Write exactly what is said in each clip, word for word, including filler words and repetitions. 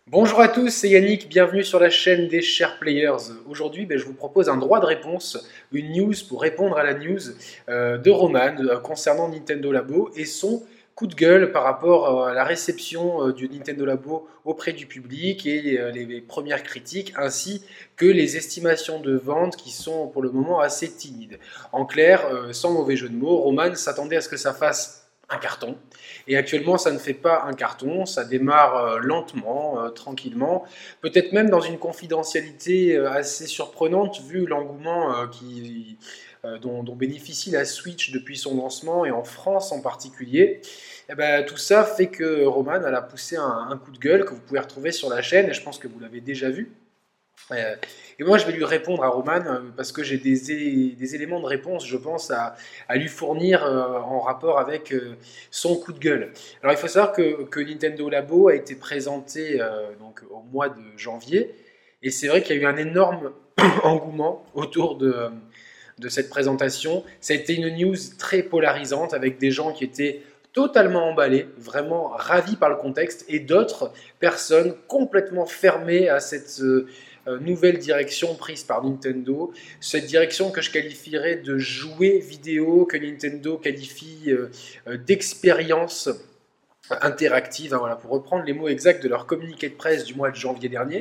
Bonjour à tous, c'est Yannick, bienvenue sur la chaîne des Chers Players. Aujourd'hui, ben, je vous propose un droit de réponse, une news pour répondre à la news euh, de Roman euh, concernant Nintendo Labo et son coup de gueule par rapport euh, à la réception euh, du Nintendo Labo auprès du public et euh, les, les premières critiques ainsi que les estimations de vente qui sont pour le moment assez timides. En clair, euh, sans mauvais jeu de mots, Roman s'attendait à ce que ça fasse un carton. Et actuellement, ça ne fait pas un carton, ça démarre euh, lentement, euh, tranquillement, peut-être même dans une confidentialité euh, assez surprenante vu l'engouement euh, qui, euh, dont, dont bénéficie la Switch depuis son lancement et en France en particulier. Et ben, tout ça fait que Roman elle a poussé un, un coup de gueule que vous pouvez retrouver sur la chaîne et je pense que vous l'avez déjà vu. Euh, et moi, je vais lui répondre à Roman euh, parce que j'ai des, é- des éléments de réponse, je pense, à, à lui fournir euh, en rapport avec euh, son coup de gueule. Alors, il faut savoir que, que Nintendo Labo a été présenté euh, donc, au mois de janvier, et c'est vrai qu'il y a eu un énorme engouement autour de, de cette présentation. Ça a été une news très polarisante avec des gens qui étaient totalement emballés, vraiment ravis par le contexte, et d'autres personnes complètement fermées à cette euh, euh, nouvelle direction prise par Nintendo, cette direction que je qualifierais de jouet vidéo, que Nintendo qualifie euh, euh, d'expérience interactive, hein, voilà, pour reprendre les mots exacts de leur communiqué de presse du mois de janvier dernier.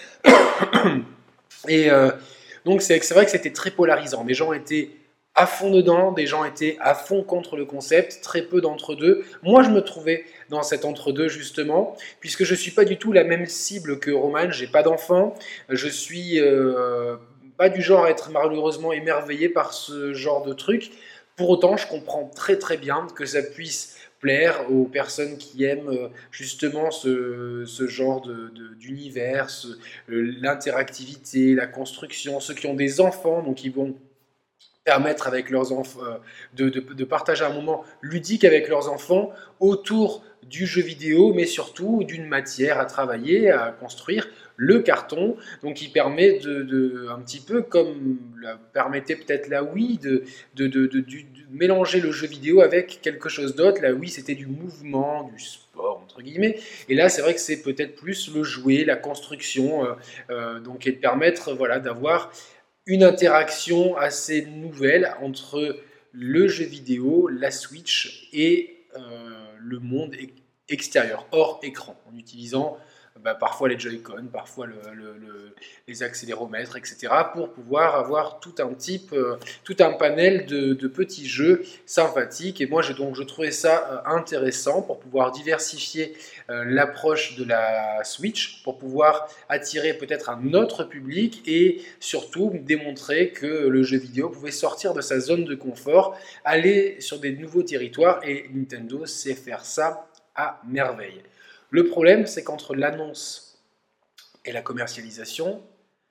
Et euh, donc c'est c'est vrai que c'était très polarisant. Des gens étaient à fond dedans, des gens étaient à fond contre le concept, très peu d'entre-deux. Moi, je me trouvais dans cet entre-deux, justement, puisque je ne suis pas du tout la même cible que Roman, j'ai pas d'enfant, je suis euh, pas du genre à être malheureusement émerveillé par ce genre de truc. Pour autant, je comprends très très bien que ça puisse plaire aux personnes qui aiment euh, justement ce, ce genre de- de- d'univers, ce- euh, l'interactivité, la construction, ceux qui ont des enfants, donc ils vont permettre avec leurs enfants euh, de, de- de partager un moment ludique avec leurs enfants autour du jeu vidéo, mais surtout d'une matière à travailler, à construire, le carton, donc qui permet de, de- un petit peu comme la, permettait peut-être la Wii de, de, de- de- du- de mélanger le jeu vidéo avec quelque chose d'autre. La Wii c'était du mouvement, du sport entre guillemets, et là c'est vrai que c'est peut-être plus le jouet, la construction, euh, euh, donc et de permettre voilà d'avoir une interaction assez nouvelle entre le jeu vidéo, la Switch et euh, le monde extérieur, hors écran, en utilisant bah, parfois les Joy-Con, parfois le, le, le, les accéléromètres, et cetera, pour pouvoir avoir tout un type, euh, tout un panel de, de, petits jeux sympathiques. Et moi, je, donc, je trouvais ça euh, intéressant pour pouvoir diversifier euh, l'approche de la Switch, pour pouvoir attirer peut-être un autre public et surtout démontrer que le jeu vidéo pouvait sortir de sa zone de confort, aller sur des nouveaux territoires et Nintendo sait faire ça à merveille. Le problème, c'est qu'entre l'annonce et la commercialisation,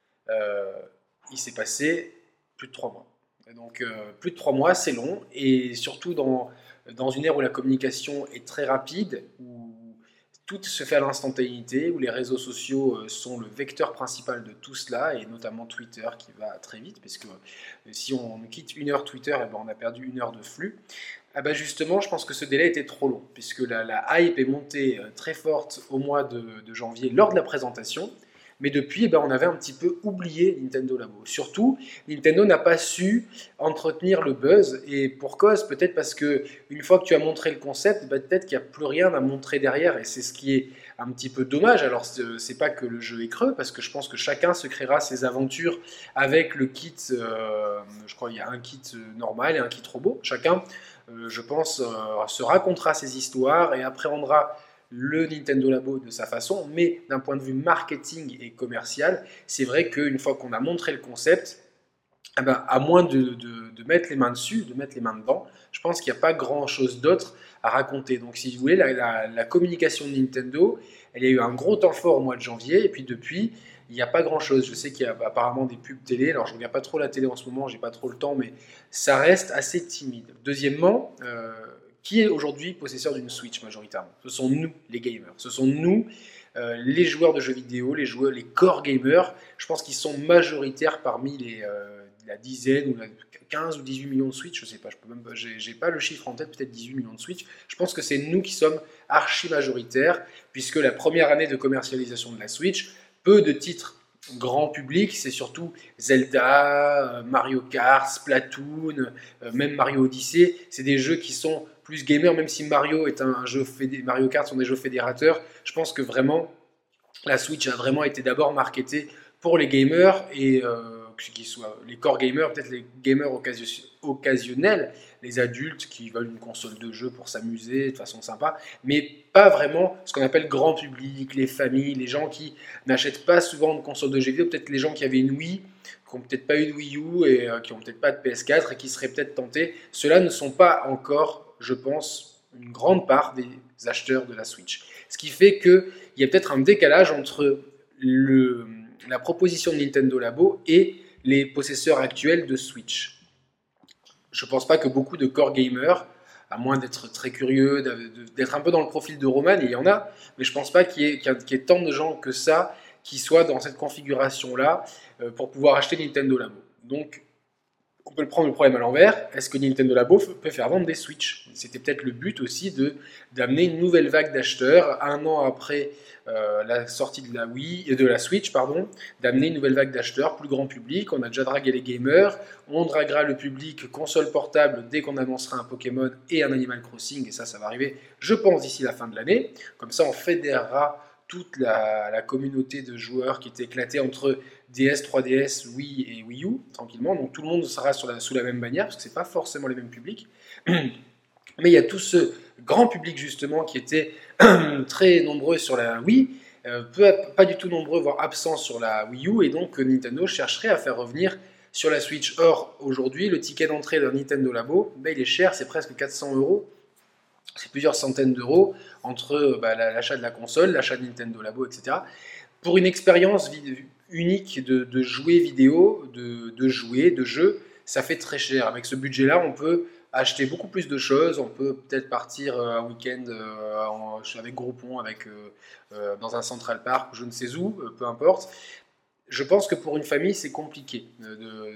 euh, il s'est passé plus de trois mois. Et donc, euh, plus de trois mois, c'est long, et surtout dans, dans une ère où la communication est très rapide, où tout se fait à l'instantanéité, où les réseaux sociaux euh, sont le vecteur principal de tout cela, et notamment Twitter qui va très vite, parce que euh, si on quitte une heure Twitter, eh ben, on a perdu une heure de flux. Ah bah justement, je pense que ce délai était trop long, puisque la, la hype est montée euh, très forte au mois de, de janvier lors de la présentation, mais depuis, eh ben, on avait un petit peu oublié Nintendo Labo. Surtout, Nintendo n'a pas su entretenir le buzz, et pour cause, peut-être parce que une fois que tu as montré le concept, bah, peut-être qu'il n'y a plus rien à montrer derrière, et c'est ce qui est un petit peu dommage. Alors, c'est pas que le jeu est creux, parce que je pense que chacun se créera ses aventures avec le kit, euh, je crois qu'il y a un kit normal et un kit robot, chacun euh, je pense, euh, se racontera ses histoires et appréhendra le Nintendo Labo de sa façon, mais d'un point de vue marketing et commercial, c'est vrai qu'une fois qu'on a montré le concept, eh ben, à moins de, de- de mettre les mains dessus, de mettre les mains dedans, je pense qu'il n'y a pas grand-chose d'autre à raconter. Donc si vous voulez, la, la- la communication de Nintendo, elle a eu un gros temps fort au mois de janvier, et puis depuis, il n'y a pas grand-chose. Je sais qu'il y a apparemment des pubs télé, alors je ne regarde pas trop la télé en ce moment, j'ai pas trop le temps, mais ça reste assez timide. Deuxièmement, euh, qui est aujourd'hui possesseur d'une Switch majoritairement? Ce sont nous, les gamers. Ce sont nous, euh, les joueurs de jeux vidéo, les joueurs, les core gamers. Je pense qu'ils sont majoritaires parmi les, euh, la dizaine ou la quinze ou dix-huit millions de Switch, je sais pas, je peux même pas, j'ai, j'ai pas le chiffre en tête, peut-être dix-huit millions de Switch. Je pense que c'est nous qui sommes archi majoritaires, puisque la première année de commercialisation de la Switch, peu de titres grand public, c'est surtout Zelda, Mario Kart, Splatoon, même Mario Odyssey. C'est des jeux qui sont plus gamers, même si Mario est un jeu fédé- Mario Kart sont des jeux fédérateurs. Je pense que vraiment la Switch a vraiment été d'abord marketée pour les gamers et euh, qu'ils soient les core gamers, peut-être les gamers occasio- occasionnels, les adultes qui veulent une console de jeu pour s'amuser de façon sympa, mais pas vraiment ce qu'on appelle grand public, les familles, les gens qui n'achètent pas souvent de console de jeux vidéo, peut-être les gens qui avaient une Wii, qui n'ont peut-être pas eu de Wii U et euh, qui n'ont peut-être pas de P S quatre et qui seraient peut-être tentés. Ceux-là ne sont pas encore, je pense, une grande part des acheteurs de la Switch. Ce qui fait qu'il y a peut-être un décalage entre le, la proposition de Nintendo Labo et les possesseurs actuels de Switch. Je ne pense pas que beaucoup de core gamers, à moins d'être très curieux, d'être un peu dans le profil de Roman, et il y en a, mais je ne pense pas qu'il y, ait, qu'il y ait tant de gens que ça qui soient dans cette configuration-là euh, pour pouvoir acheter Nintendo Labo. Donc, on peut le prendre le problème à l'envers. Est-ce que Nintendo Labo peut faire vendre des Switch? C'était peut-être le but aussi de, d'amener une nouvelle vague d'acheteurs, un an après euh, la sortie de la Wii, de la Switch, pardon, d'amener une nouvelle vague d'acheteurs, plus grand public. On a déjà dragué les gamers, on draguera le public console portable dès qu'on annoncera un Pokémon et un Animal Crossing, et ça, ça va arriver, je pense, d'ici la fin de l'année. Comme ça, on fédérera toute la, la communauté de joueurs qui était éclatée entre D S, trois D S, Wii et Wii U, tranquillement. Donc tout le monde sera sur la, sous la même bannière, parce que ce n'est pas forcément les mêmes publics. Mais il y a tout ce grand public, justement, qui était très nombreux sur la Wii, euh, peu, pas du tout nombreux, voire absents sur la Wii U, et donc Nintendo chercherait à faire revenir sur la Switch. Or, aujourd'hui, le ticket d'entrée d'un Nintendo Labo, ben, il est cher, c'est presque quatre cents euros. C'est plusieurs centaines d'euros entre bah, l'achat de la console, l'achat de Nintendo Labo, et cetera. Pour une expérience unique de, de jouer vidéo, de, de jouer, de jeu, ça fait très cher. Avec ce budget-là, on peut acheter beaucoup plus de choses. On peut peut-être partir un week-end euh, en, avec Groupon, avec, euh, euh, dans un Central Park, je ne sais où, euh, peu importe. Je pense que pour une famille, c'est compliqué de, de,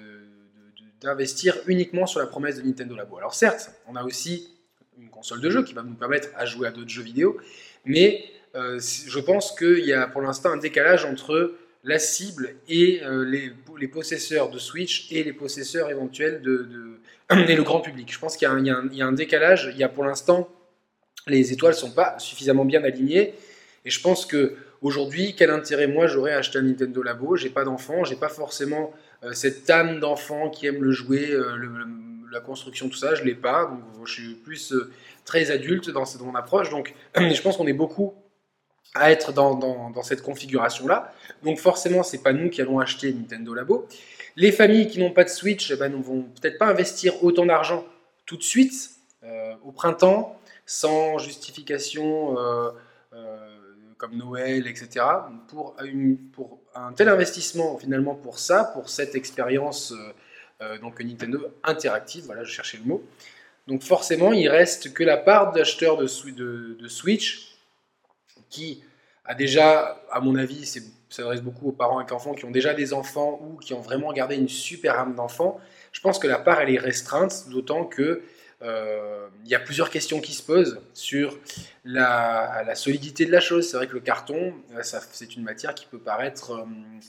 de, d'investir uniquement sur la promesse de Nintendo Labo. Alors certes, on a aussi une console de jeu qui va nous permettre à jouer à d'autres jeux vidéo, mais euh, je pense qu'il y a pour l'instant un décalage entre la cible et euh, les, les possesseurs de Switch et les possesseurs éventuels de, de et le grand public. Je pense qu'il y a un, il y a un, il y a un décalage. Il y a pour l'instant, les étoiles ne sont pas suffisamment bien alignées, et je pense que aujourd'hui, quel intérêt moi j'aurais à acheter un Nintendo Labo? J'ai pas d'enfant, j'ai pas forcément euh, cette âme d'enfant qui aime le jouer, euh, le, le la construction, tout ça, je ne l'ai pas. Donc, je suis plus euh, très adulte dans, dans mon approche. Donc, je pense qu'on est beaucoup à être dans, dans, dans cette configuration-là. Donc, forcément, ce n'est pas nous qui allons acheter Nintendo Labo. Les familles qui n'ont pas de Switch eh ben, ne vont peut-être pas investir autant d'argent tout de suite, euh, au printemps, sans justification euh, euh, comme Noël, et cetera. Pour, une, pour un tel investissement, finalement, pour ça, pour cette expérience euh, Euh, donc Nintendo interactive, voilà, je cherchais le mot. Donc forcément, il reste que la part d'acheteurs de, de, de Switch qui a déjà, à mon avis, ça s'adresse beaucoup aux parents avec enfants qui ont déjà des enfants ou qui ont vraiment gardé une super âme d'enfant. Je pense que la part, elle est restreinte, d'autant que euh, il y a plusieurs questions qui se posent sur la, la solidité de la chose. C'est vrai que le carton, ça, c'est une matière qui peut paraître euh,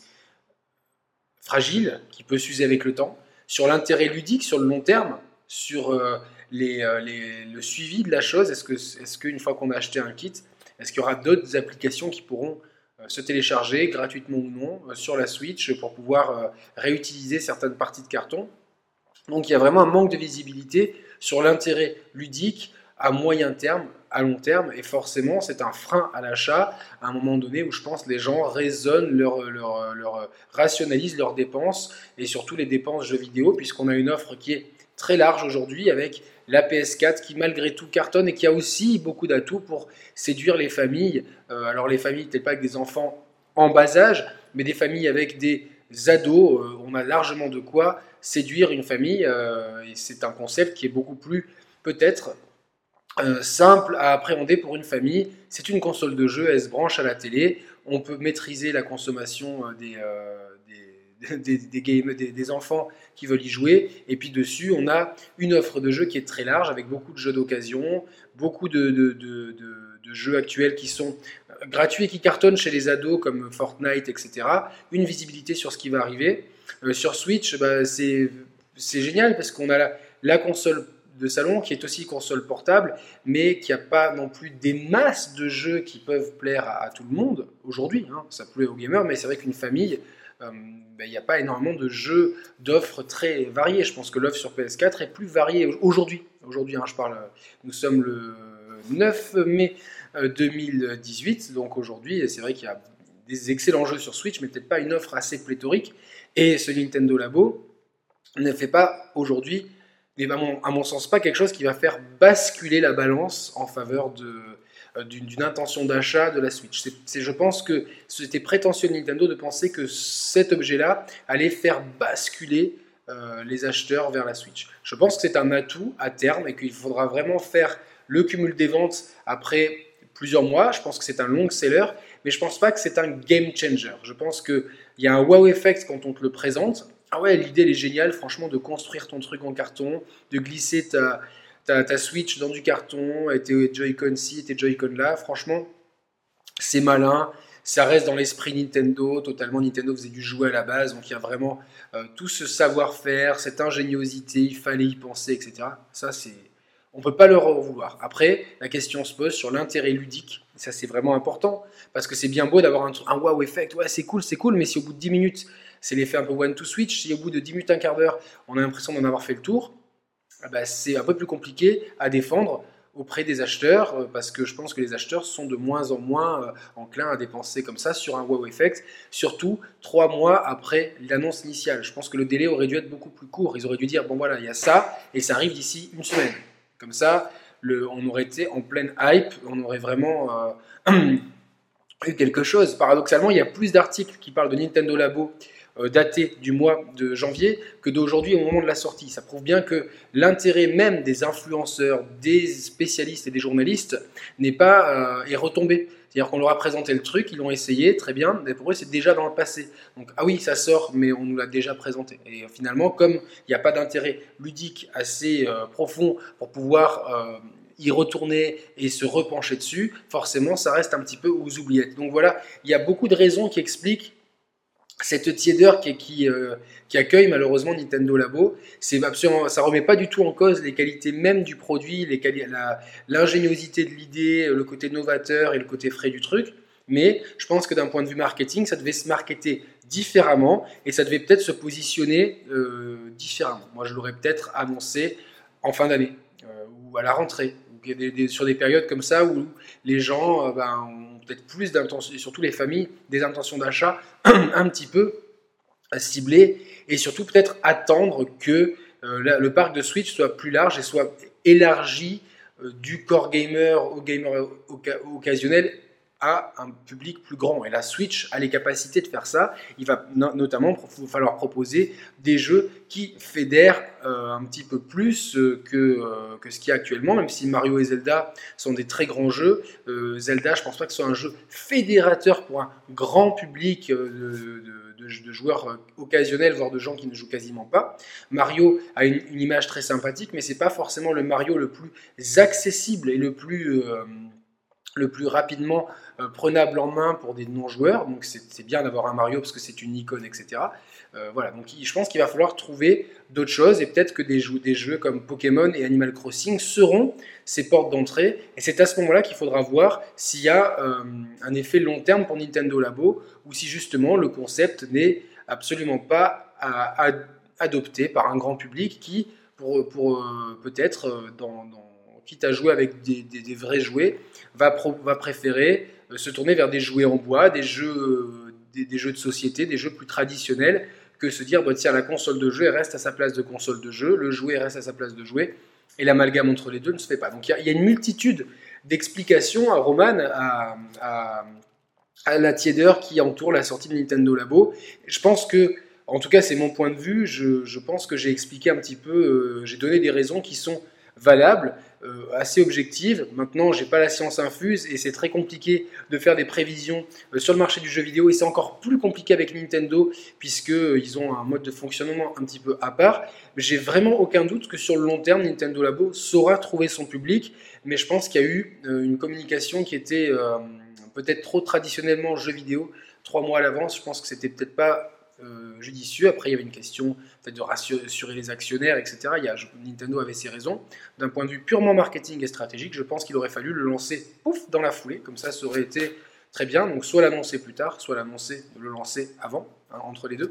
fragile, qui peut s'user avec le temps. Sur l'intérêt ludique, sur le long terme, sur euh, les, euh, les, le suivi de la chose, est-ce que, est-ce qu'une fois qu'on a acheté un kit, est-ce qu'il y aura d'autres applications qui pourront euh, se télécharger gratuitement ou non euh, sur la Switch pour pouvoir euh, réutiliser certaines parties de carton? Donc il y a vraiment un manque de visibilité sur l'intérêt ludique à moyen terme, à long terme, et forcément c'est un frein à l'achat à un moment donné où je pense que les gens raisonnent, leur, leur, leur, rationalisent leurs dépenses et surtout les dépenses jeux vidéo, puisqu'on a une offre qui est très large aujourd'hui avec la P S quatre qui malgré tout cartonne et qui a aussi beaucoup d'atouts pour séduire les familles. Euh, alors les familles peut-être pas avec des enfants en bas âge, mais des familles avec des ados, euh, on a largement de quoi séduire une famille, euh, et c'est un concept qui est beaucoup plus peut-être Euh, simple à appréhender pour une famille. C'est une console de jeu, elle se branche à la télé, on peut maîtriser la consommation des, euh, des, des, des, game, des, des enfants qui veulent y jouer. Et puis dessus, on a une offre de jeux qui est très large, avec beaucoup de jeux d'occasion, beaucoup de, de, de, de, de jeux actuels qui sont gratuits et qui cartonnent chez les ados, comme Fortnite, et cetera. Une visibilité sur ce qui va arriver. Euh, sur Switch, bah, c'est, c'est génial, parce qu'on a la, la console de salon, qui est aussi console portable, mais qui n'a pas non plus des masses de jeux qui peuvent plaire à, à tout le monde aujourd'hui. Hein. Ça plaît aux gamers, mais c'est vrai qu'une famille, il euh, n'y ben, a pas énormément de jeux, d'offres très variées. Je pense que l'offre sur P S quatre est plus variée aujourd'hui. Aujourd'hui, hein, je parle, nous sommes le neuf mai deux mille dix-huit, donc aujourd'hui, c'est vrai qu'il y a des excellents jeux sur Switch, mais peut-être pas une offre assez pléthorique. Et ce Nintendo Labo ne fait pas aujourd'hui, mais à mon, à mon sens, pas quelque chose qui va faire basculer la balance en faveur de, euh, d'une, d'une intention d'achat de la Switch. C'est, c'est, je pense que c'était prétentieux de Nintendo de penser que cet objet-là allait faire basculer euh, les acheteurs vers la Switch. Je pense que c'est un atout à terme et qu'il faudra vraiment faire le cumul des ventes après plusieurs mois. Je pense que c'est un long seller, mais je pense pas que c'est un game changer. Je pense qu'il y a un wow effect quand on te le présente. Ah ouais, l'idée elle est géniale, franchement, de construire ton truc en carton, de glisser ta, ta, ta Switch dans du carton, et tes Joy-Con-ci et tes Joy-Con là, franchement, c'est malin, ça reste dans l'esprit Nintendo, totalement. Nintendo faisait du jouet à la base, donc il y a vraiment euh, tout ce savoir-faire, cette ingéniosité, il fallait y penser, et cetera. Ça, c'est... On ne peut pas leur en vouloir. Après, la question se pose sur l'intérêt ludique, et ça c'est vraiment important, parce que c'est bien beau d'avoir un, un wow effect, ouais c'est cool, c'est cool, mais si au bout de dix minutes, c'est l'effet un peu one to switch, si au bout de dix minutes, un quart d'heure, on a l'impression d'en avoir fait le tour, bah, c'est un peu plus compliqué à défendre auprès des acheteurs, parce que je pense que les acheteurs sont de moins en moins enclins à dépenser comme ça sur un wow effect, surtout trois mois après l'annonce initiale. Je pense que le délai aurait dû être beaucoup plus court, ils auraient dû dire, bon voilà, il y a ça, et ça arrive d'ici une semaine. Comme ça, le, on aurait été en pleine hype, on aurait vraiment euh, eu quelque chose. Paradoxalement, il y a plus d'articles qui parlent de Nintendo Labo euh, datés du mois de janvier que d'aujourd'hui au moment de la sortie. Ça prouve bien que l'intérêt même des influenceurs, des spécialistes et des journalistes n'est pas, euh, est retombé. C'est-à-dire qu'on leur a présenté le truc, ils l'ont essayé, très bien, mais pour eux c'est déjà dans le passé. Donc ah oui, ça sort, mais on nous l'a déjà présenté. Et finalement, comme il n'y a pas d'intérêt ludique assez euh, profond pour pouvoir euh, y retourner et se repencher dessus, forcément ça reste un petit peu aux oubliettes. Donc voilà, il y a beaucoup de raisons qui expliquent cette tiédeur qui, qui, euh, qui accueille malheureusement Nintendo Labo. C'est absolument, ça ne remet pas du tout en cause les qualités même du produit, les quali- la, l'ingéniosité de l'idée, le côté novateur et le côté frais du truc. Mais je pense que d'un point de vue marketing, ça devait se marketer différemment et ça devait peut-être se positionner euh, différemment. Moi, je l'aurais peut-être annoncé en fin d'année euh, ou à la rentrée, ou des, des, sur des périodes comme ça où les gens euh, ben, ont peut-être plus d'intentions, et surtout les familles, des intentions d'achat un petit peu ciblées, et surtout peut-être attendre que euh, la, le parc de Switch soit plus large et soit élargi euh, du core gamer au gamer oca- occasionnel à un public plus grand. Et la Switch a les capacités de faire ça. Il va no- notamment pro- falloir proposer des jeux qui fédèrent euh, un petit peu plus euh, que, euh, que ce qu'il y a actuellement, même si Mario et Zelda sont des très grands jeux. Euh, Zelda, je ne pense pas que ce soit un jeu fédérateur pour un grand public euh, de, de, de, de joueurs occasionnels, voire de gens qui ne jouent quasiment pas. Mario a une, une image très sympathique, mais ce n'est pas forcément le Mario le plus accessible et le plus... Euh, le plus rapidement euh, prenable en main pour des non-joueurs. Donc c'est, c'est bien d'avoir un Mario parce que c'est une icône, et cetera. Euh, voilà, donc je pense qu'il va falloir trouver d'autres choses et peut-être que des jeux, des jeux comme Pokémon et Animal Crossing seront ces portes d'entrée. Et c'est à ce moment-là qu'il faudra voir s'il y a euh, un effet long terme pour Nintendo Labo ou si justement le concept n'est absolument pas à, à, adopté par un grand public qui, pour, pour euh, peut-être euh, dans, dans quitte à jouer avec des, des, des vrais jouets, va, pro, va préférer euh, se tourner vers des jouets en bois, des jeux, euh, des, des jeux de société, des jeux plus traditionnels, que se dire, bah, tiens, la console de jeu elle reste à sa place de console de jeu, le jouet reste à sa place de jouet, et l'amalgame entre les deux ne se fait pas. Donc il y, y a une multitude d'explications à Roman, à, à, à la tiédeur qui entoure la sortie de Nintendo Labo. Je pense que, en tout cas c'est mon point de vue, je, je pense que j'ai expliqué un petit peu, euh, j'ai donné des raisons qui sont valable, euh, assez objective. Maintenant, j'ai pas la science infuse et c'est très compliqué de faire des prévisions euh, sur le marché du jeu vidéo et c'est encore plus compliqué avec Nintendo puisque euh, ils ont un mode de fonctionnement un petit peu à part. J'ai vraiment aucun doute que sur le long terme, Nintendo Labo saura trouver son public, mais je pense qu'il y a eu euh, une communication qui était euh, peut-être trop traditionnellement jeu vidéo trois mois à l'avance. Je pense que c'était peut-être pas Euh, judicieux. Après, il y avait une question peut-être de rassurer les actionnaires, et cetera. Il y a, Nintendo avait ses raisons. D'un point de vue purement marketing et stratégique, je pense qu'il aurait fallu le lancer pouf dans la foulée. Comme ça, ça aurait été très bien. Donc, soit l'annoncer plus tard, soit l'annoncer, le lancer avant, hein, entre les deux.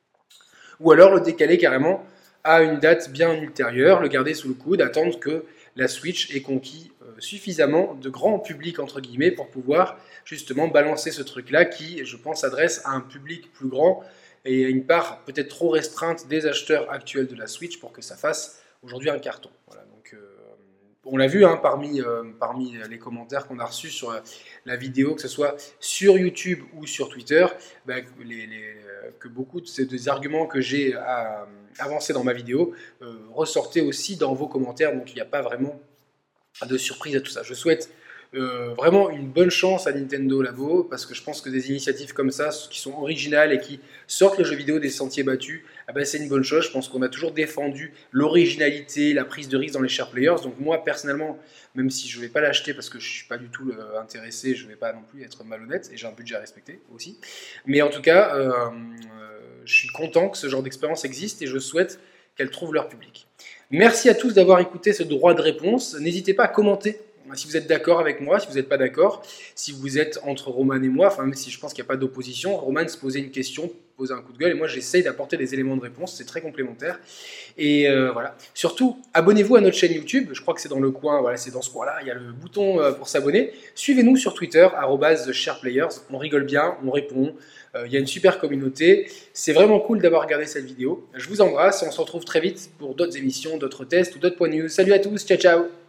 Ou alors le décaler carrément à une date bien ultérieure, le garder sous le coude, attendre que la Switch ait conquis euh, suffisamment de grand public, entre guillemets, pour pouvoir justement balancer ce truc-là qui, je pense, s'adresse à un public plus grand et à une part peut-être trop restreinte des acheteurs actuels de la Switch pour que ça fasse aujourd'hui un carton. Voilà, donc, euh, on l'a vu hein, parmi, euh, parmi les commentaires qu'on a reçus sur la, la vidéo, que ce soit sur YouTube ou sur Twitter, bah, les, les, que beaucoup de ces des arguments que j'ai à, avancés dans ma vidéo euh, ressortaient aussi dans vos commentaires, donc il n'y a pas vraiment de surprise à tout ça. Je souhaite Euh, vraiment une bonne chance à Nintendo Labo parce que je pense que des initiatives comme ça qui sont originales et qui sortent le jeu vidéo des sentiers battus, ah ben c'est une bonne chose. Je pense qu'on a toujours défendu l'originalité, la prise de risque dans les share players. Donc moi personnellement, même si je ne vais pas l'acheter parce que je ne suis pas du tout euh, intéressé, je ne vais pas non plus être malhonnête et j'ai un budget à respecter aussi. Mais en tout cas, euh, euh, je suis content que ce genre d'expérience existe et je souhaite qu'elle trouve leur public. Merci à tous d'avoir écouté ce droit de réponse. N'hésitez pas à commenter si vous êtes d'accord avec moi, si vous n'êtes pas d'accord, si vous êtes entre Roman et moi, enfin même si je pense qu'il n'y a pas d'opposition, Roman se posait une question, posait un coup de gueule, et moi j'essaye d'apporter des éléments de réponse, c'est très complémentaire. Et euh, voilà. Surtout, abonnez-vous à notre chaîne YouTube, je crois que c'est dans le coin, voilà, c'est dans ce coin-là, il y a le bouton euh, pour s'abonner. Suivez-nous sur Twitter, arobase shareplayers, on rigole bien, on répond, euh, il y a une super communauté. C'est vraiment cool d'avoir regardé cette vidéo. Je vous embrasse et on se retrouve très vite pour d'autres émissions, d'autres tests ou d'autres points de vue. Salut à tous, ciao ciao.